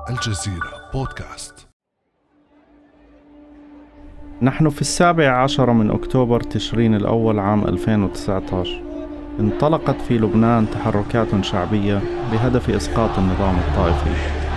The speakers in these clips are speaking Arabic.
الجزيرة بودكاست. نحن في 17 من أكتوبر تشرين الأول عام 2019. انطلقت في لبنان تحركات شعبية بهدف إسقاط النظام الطائفي.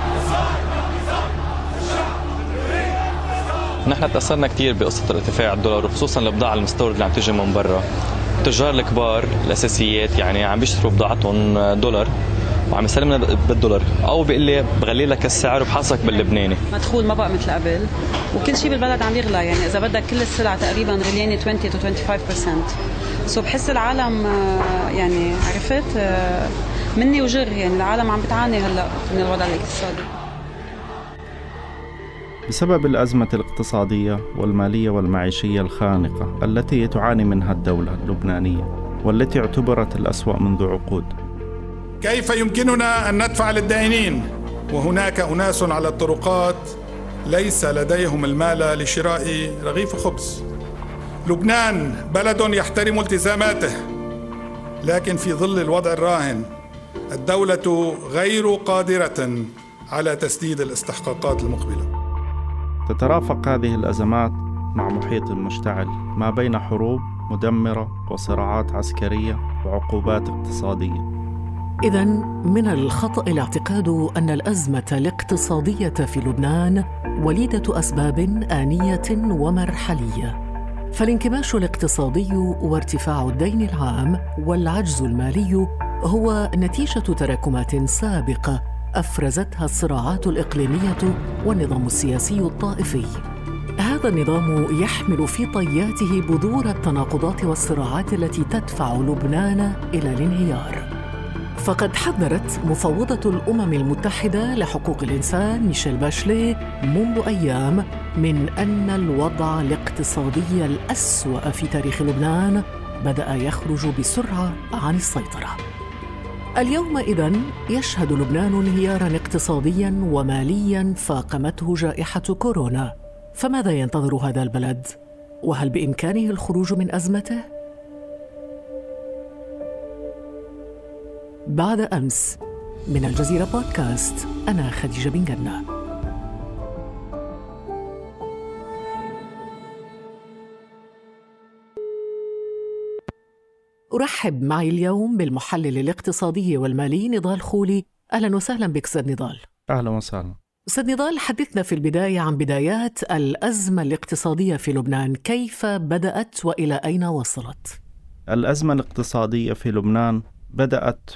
نحن تأثرنا كتير بقصة ارتفاع الدولار، وخصوصا البضاعة المستوردة اللي عم تيجي من برا. التجار الكبار الأساسيات يعني عم بيشتروا بضاعتهم دولار وعم يسلمنا بالدولار، او بيقول لي بغلي لك السعر وبحصك باللبناني. مدخول ما بقى مثل قبل، وكل شيء بالبلد عم يغلى. يعني اذا بدك كل السلع تقريبا غليانه 20 to 25%. بحس العالم يعني عرفت مني وجر، يعني العالم عم بتعاني هلا من الوضع الاقتصادي بسبب الأزمة الاقتصادية والمالية والمعيشية الخانقة التي تعاني منها الدولة اللبنانية، والتي اعتبرت الأسوأ منذ عقود. كيف يمكننا أن ندفع للدائنين وهناك أناس على الطرقات ليس لديهم المال لشراء رغيف خبز؟ لبنان بلد يحترم التزاماته، لكن في ظل الوضع الراهن الدولة غير قادرة على تسديد الاستحقاقات المقبلة. تترافق هذه الأزمات مع محيط مشتعل ما بين حروب مدمرة وصراعات عسكرية وعقوبات اقتصادية. إذن من الخطأ الاعتقاد أن الأزمة الاقتصادية في لبنان وليدة أسباب آنية ومرحلية، فالانكماش الاقتصادي وارتفاع الدين العام والعجز المالي هو نتيجة تراكمات سابقة أفرزتها الصراعات الإقليمية والنظام السياسي الطائفي. هذا النظام يحمل في طياته بذور التناقضات والصراعات التي تدفع لبنان إلى الانهيار. فقد حذرت مفوضة الأمم المتحدة لحقوق الإنسان ميشيل باشلي منذ أيام من أن الوضع الاقتصادي الأسوأ في تاريخ لبنان بدأ يخرج بسرعة عن السيطرة. اليوم إذن يشهد لبنان انهياراً اقتصادياً ومالياً فاقمته جائحة كورونا. فماذا ينتظر هذا البلد؟ وهل بإمكانه الخروج من أزمته؟ بعد أمس من الجزيرة بودكاست، أنا خديجة بن جنة. أرحب معي اليوم بالمحلل الاقتصادي والمالي نضال خولي. أهلا وسهلا بك أستاذ نضال. أهلا وسهلا. أستاذ نضال، حدثنا في البداية عن بدايات الأزمة الاقتصادية في لبنان، كيف بدأت وإلى أين وصلت؟ الأزمة الاقتصادية في لبنان بدأت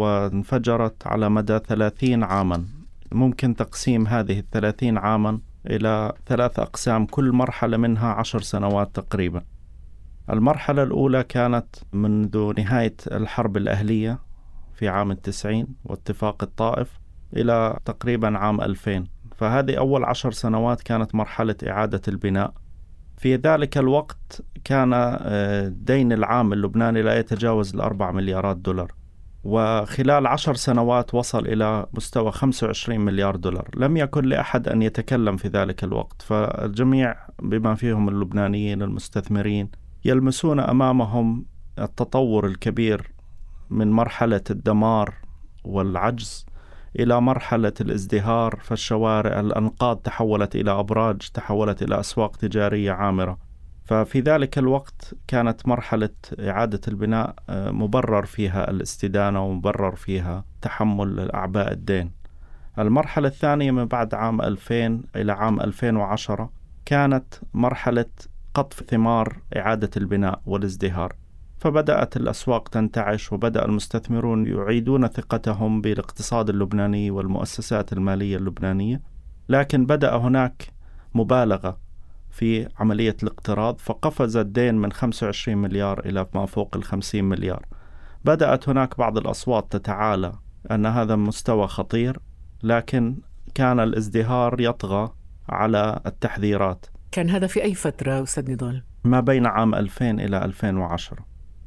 وانفجرت على مدى 30 عاماً. ممكن تقسيم هذه 30 عاماً إلى 3 أقسام، كل مرحلة منها 10 سنوات تقريباً. المرحلة الأولى كانت منذ نهاية الحرب الأهلية في عام 90 واتفاق الطائف إلى تقريباً عام 2000. فهذه أول 10 سنوات كانت مرحلة إعادة البناء. في ذلك الوقت كان الدين العام اللبناني لا يتجاوز 4 مليارات دولار، وخلال 10 سنوات وصل إلى مستوى 25 مليار دولار. لم يكن لأحد أن يتكلم في ذلك الوقت، فالجميع بما فيهم اللبنانيين المستثمرين يلمسون أمامهم التطور الكبير من مرحلة الدمار والعجز إلى مرحلة الازدهار. فالشوارع الأنقاض تحولت إلى أبراج، تحولت إلى أسواق تجارية عامرة. ففي ذلك الوقت كانت مرحلة إعادة البناء مبرر فيها الاستدانة ومبرر فيها تحمل أعباء الدين. المرحلة الثانية من بعد عام 2000 إلى عام 2010 كانت مرحلة قطف ثمار إعادة البناء والازدهار. فبدأت الأسواق تنتعش، وبدأ المستثمرون يعيدون ثقتهم بالاقتصاد اللبناني والمؤسسات المالية اللبنانية. لكن بدأ هناك مبالغة في عملية الاقتراض، فقفز الدين من 25 مليار إلى ما فوق 50 مليار. بدأت هناك بعض الأصوات تتعالى أن هذا مستوى خطير، لكن كان الازدهار يطغى على التحذيرات. كان هذا في أي فترة أستاذ نضال؟ ما بين عام 2000 إلى 2010.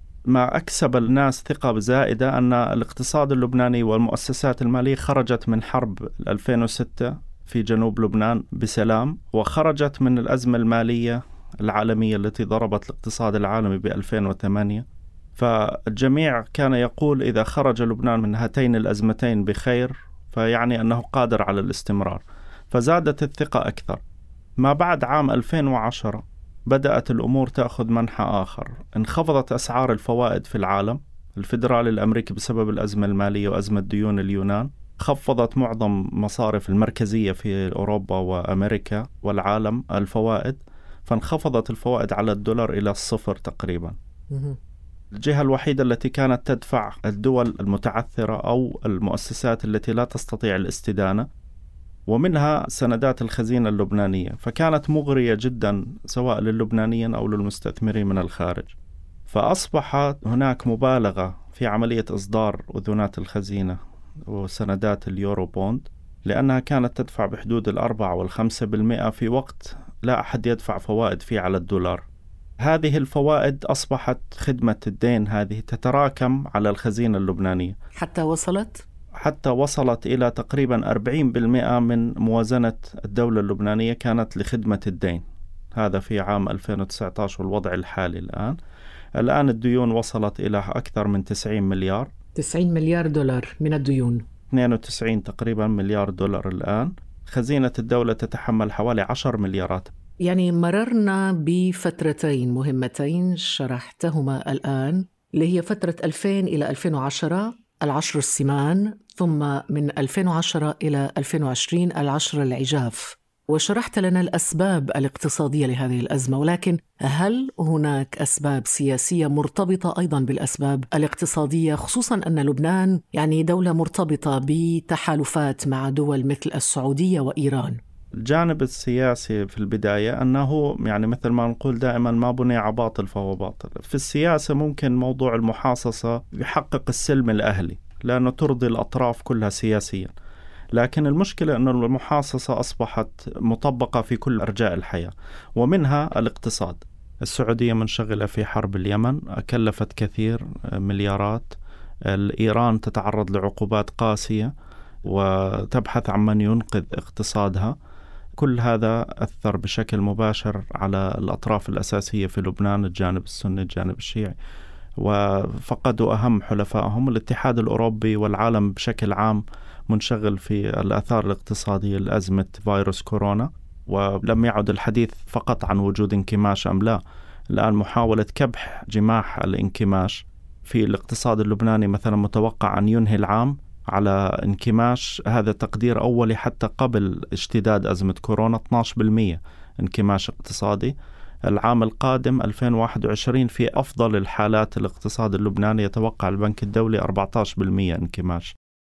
ما أكسب الناس ثقة زائدة أن الاقتصاد اللبناني والمؤسسات المالية خرجت من حرب 2006 في جنوب لبنان بسلام، وخرجت من الأزمة المالية العالمية التي ضربت الاقتصاد العالمي ب2008. فالجميع كان يقول إذا خرج لبنان من هاتين الأزمتين بخير فيعني أنه قادر على الاستمرار، فزادت الثقة أكثر. ما بعد عام 2010 بدأت الأمور تأخذ منحى آخر، انخفضت أسعار الفوائد في العالم. الفيدرالي الأمريكي بسبب الأزمة المالية وأزمة ديون اليونان خفضت معظم مصارف المركزية في أوروبا وأمريكا والعالم الفوائد، فانخفضت الفوائد على الدولار إلى 0 تقريبا. الجهة الوحيدة التي كانت تدفع الدول المتعثرة أو المؤسسات التي لا تستطيع الاستدانة، ومنها سندات الخزينة اللبنانية، فكانت مغرية جدا سواء للبنانيين أو للمستثمرين من الخارج. فأصبحت هناك مبالغة في عملية إصدار أذونات الخزينة وسندات اليورو بوند، لأنها كانت تدفع بحدود 4 و5% في وقت لا أحد يدفع فوائد فيه على الدولار. هذه الفوائد أصبحت خدمة الدين هذه تتراكم على الخزينة اللبنانية حتى وصلت إلى تقريبا 40% من موازنة الدولة اللبنانية كانت لخدمة الدين. هذا في عام 2019 والوضع الحالي الآن الديون وصلت إلى أكثر من 90 مليار دولار من الديون، 92 تقريبا مليار دولار الآن. خزينة الدولة تتحمل حوالي 10 مليارات. يعني مررنا بفترتين مهمتين شرحتهما الآن، اللي هي فترة 2000 إلى 2010 العشر السمان، ثم من 2010 إلى 2020 العشر العجاف، وشرحت لنا الأسباب الاقتصادية لهذه الأزمة. ولكن هل هناك أسباب سياسية مرتبطة أيضا بالأسباب الاقتصادية، خصوصا أن لبنان يعني دولة مرتبطة بتحالفات مع دول مثل السعودية وإيران؟ الجانب السياسي في البداية أنه يعني مثل ما نقول دائما ما بني على باطل فهو باطل. في السياسة ممكن موضوع المحاصصة يحقق السلم الأهلي لأنه ترضي الأطراف كلها سياسيا، لكن المشكلة أن المحاصصة أصبحت مطبقة في كل أرجاء الحياة، ومنها الاقتصاد. السعودية منشغلة في حرب اليمن كلفت كثير مليارات، إيران تتعرض لعقوبات قاسية وتبحث عن من ينقذ اقتصادها. كل هذا أثر بشكل مباشر على الأطراف الأساسية في لبنان، الجانب السني الجانب الشيعي، وفقدوا أهم حلفائهم. الاتحاد الأوروبي والعالم بشكل عام منشغل في الآثار الاقتصادية لأزمة فيروس كورونا، ولم يعد الحديث فقط عن وجود انكماش أم لا، الآن محاولة كبح جماح الانكماش في الاقتصاد اللبناني. مثلا متوقع أن ينهي العام على انكماش، هذا تقدير أولي حتى قبل اشتداد أزمة كورونا، 12% انكماش اقتصادي. العام القادم 2021 في أفضل الحالات الاقتصاد اللبناني يتوقع البنك الدولي 14% انكماش.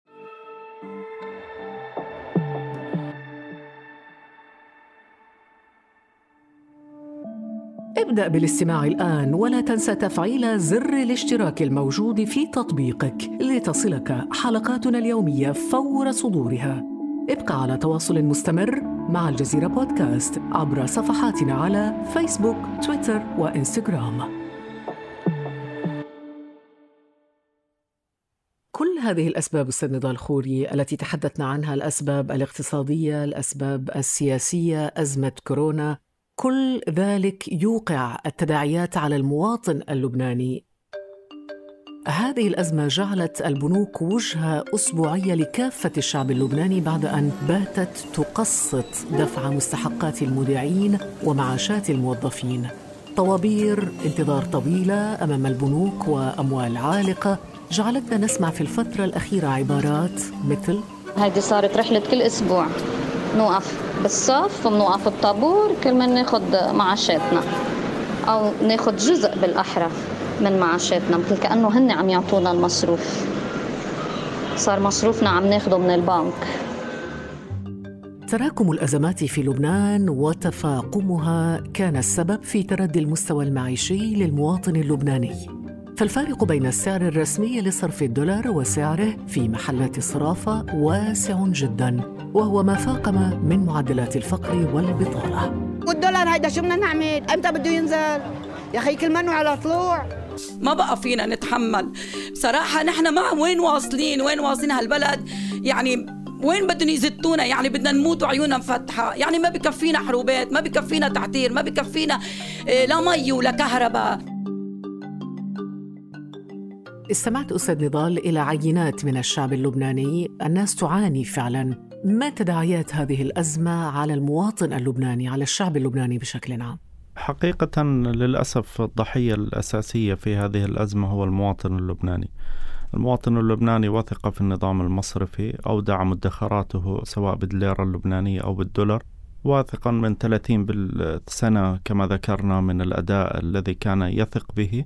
ابدأ بالاستماع الآن، ولا تنسى تفعيل زر الاشتراك الموجود في تطبيقك لتصلك حلقاتنا اليومية فور صدورها. ابقى على تواصل مستمر مع الجزيرة بودكاست عبر صفحاتنا على فيسبوك، تويتر وإنستغرام. كل هذه الأسباب أستاذ نضال خوري التي تحدثنا عنها، الأسباب الاقتصادية، الأسباب السياسية، أزمة كورونا، كل ذلك يوقع التداعيات على المواطن اللبناني. هذه الأزمة جعلت البنوك وجهة أسبوعية لكافة الشعب اللبناني بعد أن باتت تقسط دفع مستحقات المودعين ومعاشات الموظفين. طوابير انتظار طويلة أمام البنوك وأموال عالقة جعلتنا نسمع في الفترة الأخيرة عبارات مثل: هذه صارت رحلة كل أسبوع نوقف بالصف ونوقف بالطابور كل ما ناخد معاشاتنا، أو ناخد جزء بالأحرى من معاشاتنا، مثل كأنه هن عم يعطونا المصروف. صار مصروفنا عم ناخده من البنك. تراكم الأزمات في لبنان وتفاقمها كان السبب في تردي المستوى المعيشي للمواطن اللبناني. فالفارق بين السعر الرسمي لصرف الدولار وسعره في محلات الصرافة واسع جداً، وهو ما فاقم من معدلات الفقر والبطالة. والدولار هيدا شو بدنا نعمل؟ امتى بده ينزل؟ يا أخي كل منه على طلوع. ما بقى فينا نتحمل بصراحة. نحن مع وين واصلين هالبلد؟ يعني وين بدهم يزتونا؟ يعني بدنا نموت وعيوننا مفتحة. يعني ما بكفينا حروبات، ما بكفينا تعتير، ما بكفينا لا مي ولا كهرباء. استمعت أستاذ نضال إلى عينات من الشعب اللبناني، الناس تعاني فعلا. ما تداعيات هذه الأزمة على المواطن اللبناني، على الشعب اللبناني بشكل عام؟ حقيقة للأسف الضحية الأساسية في هذه الأزمة هو المواطن اللبناني. المواطن اللبناني وثق في النظام المصرفي، أودع مدخراته سواء بالليرة اللبنانية أو بالدولار، واثقا من 30 بالسنة كما ذكرنا من الأداء الذي كان يثق به،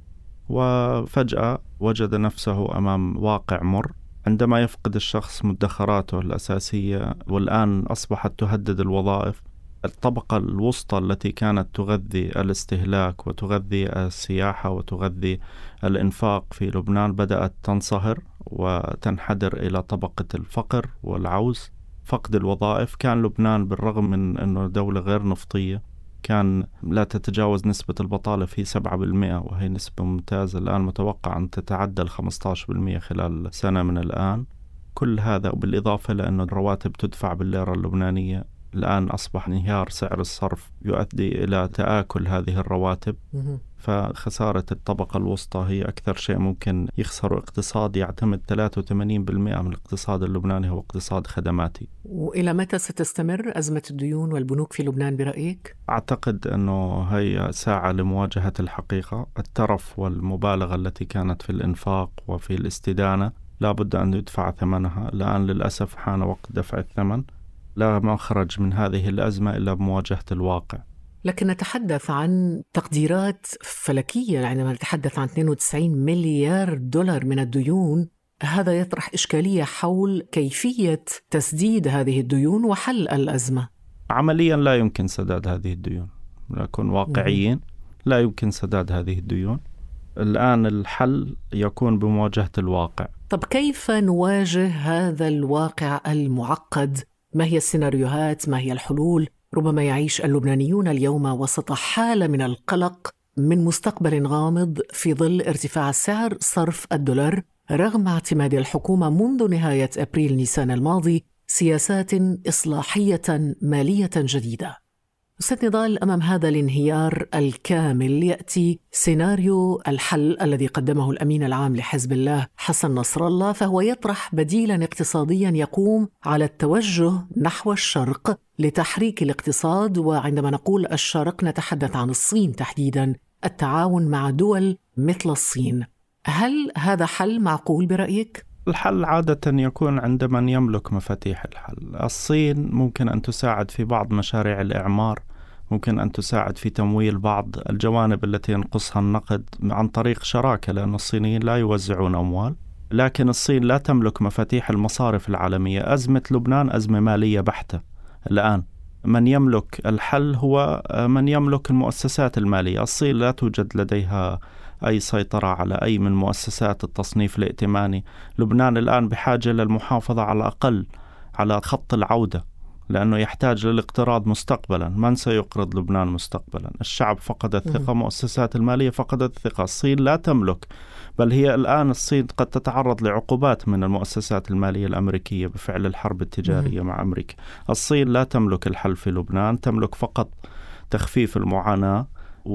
وفجأة وجد نفسه أمام واقع مر عندما يفقد الشخص مدخراته الأساسية، والآن أصبحت تهدد الوظائف. الطبقة الوسطى التي كانت تغذي الاستهلاك وتغذي السياحة وتغذي الإنفاق في لبنان بدأت تنصهر وتنحدر إلى طبقة الفقر والعوز، فقد الوظائف. كان لبنان بالرغم من أنه دولة غير نفطية كان لا تتجاوز نسبة البطالة في 7%، وهي نسبة ممتازة. الآن متوقع أن تتعدى 15% خلال سنة من الآن. كل هذا بالإضافة لأن الرواتب تدفع بالليرة اللبنانية، الآن أصبح انهيار سعر الصرف يؤدي إلى تآكل هذه الرواتب. فخسارة الطبقة الوسطى هي أكثر شيء ممكن يخسر اقتصاد يعتمد 83% من الاقتصاد اللبناني هو اقتصاد خدماتي. وإلى متى ستستمر أزمة الديون والبنوك في لبنان برأيك؟ أعتقد أنه هي ساعة لمواجهة الحقيقة. الترف والمبالغة التي كانت في الإنفاق وفي الاستدانة لا بد أن يدفع ثمنها. الآن للأسف حان وقت دفع الثمن. لا مخرج من هذه الأزمة إلا بمواجهة الواقع. لكن نتحدث عن تقديرات فلكية عندما نتحدث عن 92 مليار دولار من الديون. هذا يطرح إشكالية حول كيفية تسديد هذه الديون وحل الأزمة. عمليا لا يمكن سداد هذه الديون، نكون واقعيين، لا يمكن سداد هذه الديون. الآن الحل يكون بمواجهة الواقع. طب كيف نواجه هذا الواقع المعقد؟ ما هي السيناريوهات؟ ما هي الحلول؟ ربما يعيش اللبنانيون اليوم وسط حالة من القلق من مستقبل غامض في ظل ارتفاع سعر صرف الدولار رغم اعتماد الحكومة منذ نهاية أبريل نيسان الماضي سياسات إصلاحية مالية جديدة. أستاذ نضال، أمام هذا الانهيار الكامل يأتي سيناريو الحل الذي قدمه الأمين العام لحزب الله حسن نصر الله، فهو يطرح بديلاً اقتصادياً يقوم على التوجه نحو الشرق لتحريك الاقتصاد. وعندما نقول الشرق نتحدث عن الصين تحديداً، التعاون مع دول مثل الصين. هل هذا حل معقول برأيك؟ الحل عادة يكون عند من يملك مفاتيح الحل. الصين ممكن أن تساعد في بعض مشاريع الإعمار، ممكن أن تساعد في تمويل بعض الجوانب التي ينقصها النقد عن طريق شراكة، لأن الصينيين لا يوزعون أموال. لكن الصين لا تملك مفاتيح المصارف العالمية. أزمة لبنان أزمة مالية بحتة. الآن من يملك الحل هو من يملك المؤسسات المالية. الصين لا توجد لديها أي سيطرة على أي من مؤسسات التصنيف الائتماني. لبنان الآن بحاجة للمحافظة على الأقل على خط العودة، لأنه يحتاج للاقتراض مستقبلا. من سيقرض لبنان مستقبلا؟ الشعب فقد الثقة، مؤسسات المالية فقدت الثقة. الصين لا تملك، بل هي الآن الصين قد تتعرض لعقوبات من المؤسسات المالية الأمريكية بفعل الحرب التجارية مع أمريكا. الصين لا تملك الحل في لبنان، تملك فقط تخفيف المعاناة.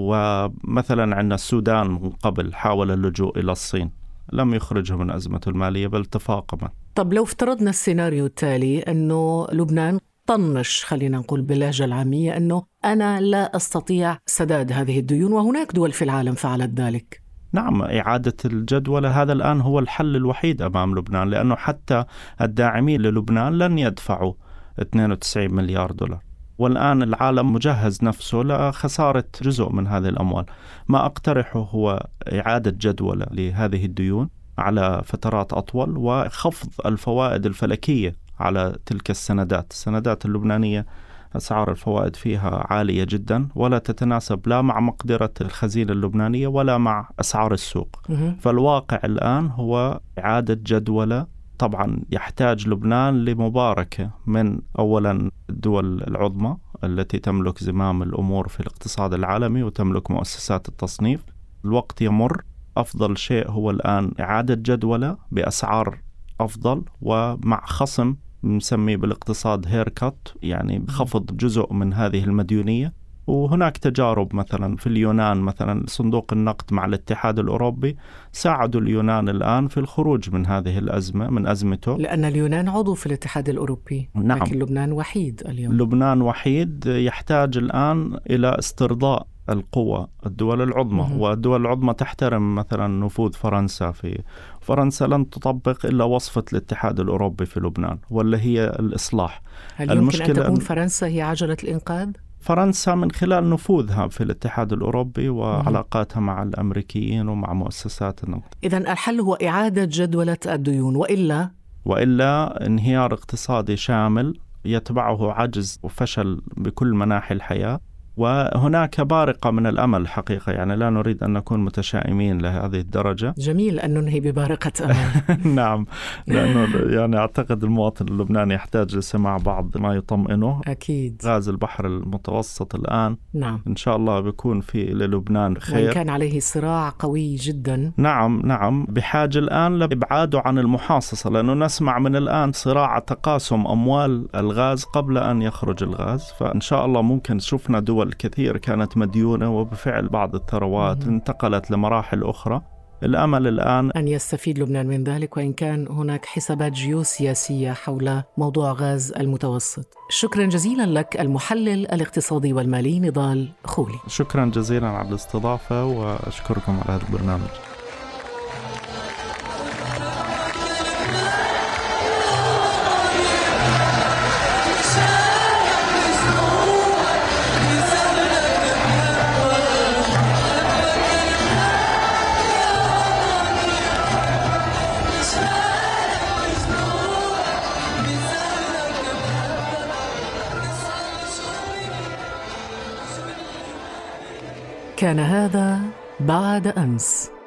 ومثلا عندنا السودان من قبل حاول اللجوء إلى الصين، لم يخرجه من أزمته المالية بل تفاقم. طب لو افترضنا السيناريو التالي أنه لبنان طنش، خلينا نقول باللهجة العامية، أنه أنا لا أستطيع سداد هذه الديون، وهناك دول في العالم فعلت ذلك. نعم، إعادة الجدولة هذا الآن هو الحل الوحيد أمام لبنان، لأنه حتى الداعمين للبنان لن يدفعوا 92 مليار دولار، والآن العالم مجهز نفسه لخسارة جزء من هذه الأموال. ما أقترحه هو إعادة جدولة لهذه الديون على فترات أطول، وخفض الفوائد الفلكية على تلك السندات اللبنانية. أسعار الفوائد فيها عالية جدا ولا تتناسب لا مع مقدرة الخزينة اللبنانية ولا مع أسعار السوق. فالواقع الآن هو إعادة جدولة. طبعا يحتاج لبنان لمباركة من أولا الدول العظمى التي تملك زمام الأمور في الاقتصاد العالمي وتملك مؤسسات التصنيف. الوقت يمر، أفضل شيء هو الآن إعادة جدولة بأسعار أفضل ومع خصم نسميه بالاقتصاد هيركات، يعني خفض جزء من هذه المديونية، وهناك تجارب مثلا في اليونان، مثلا صندوق النقد مع الاتحاد الأوروبي ساعدوا اليونان الآن في الخروج من هذه الأزمة، من أزمته، لأن اليونان عضو في الاتحاد الأوروبي. نعم. لكن لبنان وحيد اليوم. لبنان وحيد، يحتاج الآن إلى استرضاء القوى الدول العظمى، والدول العظمى تحترم مثلا نفوذ فرنسا. في فرنسا لن تطبق إلا وصفة الاتحاد الأوروبي في لبنان، ولا هي الإصلاح. هل يمكن أن تكون فرنسا هي عجلة الإنقاذ؟ فرنسا من خلال نفوذها في الاتحاد الأوروبي وعلاقاتها مع الأمريكيين ومع مؤسسات النقد. إذن الحل هو إعادة جدولة الديون، وإلا انهيار اقتصادي شامل يتبعه عجز وفشل بكل مناحي الحياة. وهناك بارقة من الأمل حقيقة، يعني لا نريد أن نكون متشائمين لهذه الدرجة. جميل أن ننهي ببارقة أمل. نعم، لأنه يعني أعتقد المواطن اللبناني يحتاج لسماع بعض ما يطمئنه. أكيد. غاز البحر المتوسط الآن نعم إن شاء الله بيكون في للبنان خير، وإن كان عليه صراع قوي جدا. نعم بحاجة الآن لإبعاده عن المحاصصة، لأنه نسمع من الآن صراع تقاسم أموال الغاز قبل أن يخرج الغاز. فإن شاء الله ممكن شفنا دول كثير كانت مديونة وبفعل بعض الثروات انتقلت لمراحل أخرى. الأمل الآن أن يستفيد لبنان من ذلك، وإن كان هناك حسابات جيوسياسية حول موضوع غاز المتوسط. شكرا جزيلا لك المحلل الاقتصادي والمالي نضال خولي. شكرا جزيلا على الاستضافة، وأشكركم على هذا البرنامج. كان هذا بعد أمس.